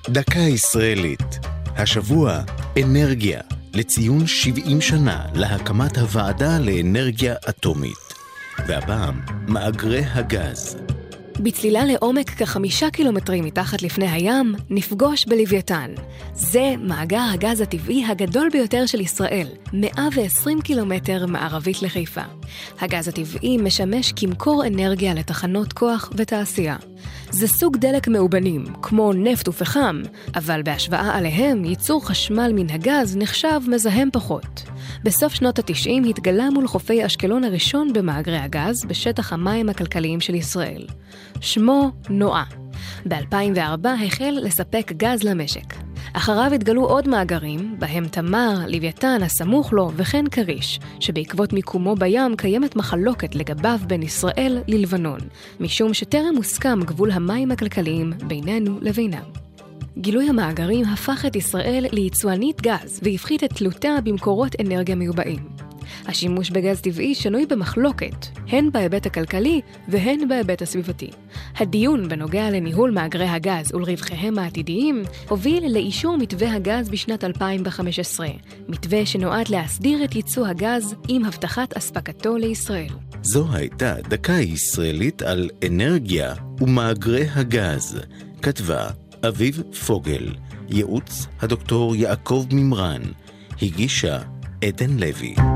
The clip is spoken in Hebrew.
דקה ישראלית. השבוע אנרגיה, לציון 70 שנה להקמת הוועדה לאנרגיה אטומית. והפעם מאגרי הגז. בצלילה לעומק כ5 קילומטרים מתחת לפני הים, נפגוש בלוויתן. זה מאגר הגז הטבעי הגדול ביותר של ישראל, 120 קילומטר מערבית לחיפה. הגז הטבעי משמש כמקור אנרגיה לתחנות כוח ותעשייה. זה סוג דלק מאובנים, כמו נפט ופחם, אבל בהשוואה עליהם ייצור חשמל מן הגז נחשב מזהם פחות. בסוף שנות ה-90 התגלה מול חופי אשקלון הראשון במאגרי הגז בשטח המים הכלכליים של ישראל. שמו נועה. ב-2004 החל לספק גז למשק. אחריו התגלו עוד מאגרים, בהם תמר, לוויתן, הסמוך לו וכן קריש, שבעקבות מיקומו בים קיימת מחלוקת לגביו בין ישראל ללבנון, משום שטרם הוסכם גבול המים הכלכליים בינינו לבינם. גילוי המאגרים הפך את ישראל ליצואנית גז והפחית את תלותה במקורות אנרגיה מיובאים. השימוש בגז טבעי שנוי במחלוקת, הן בהיבט הכלכלי והן בהיבט הסביבתי. הדיון בנוגע לניהול מאגרי הגז ולרווחיהם העתידיים הוביל לאישור מתווה הגז בשנת 2015, מתווה שנועד להסדיר את ייצוא הגז עם הבטחת אספקתו לישראל. זו הייתה דקה ישראלית על אנרגיה ומאגרי הגז. כתבה אביב פוגל, ייעוץ הדוקטור יעקב ממרן, הגישה עדן לוי.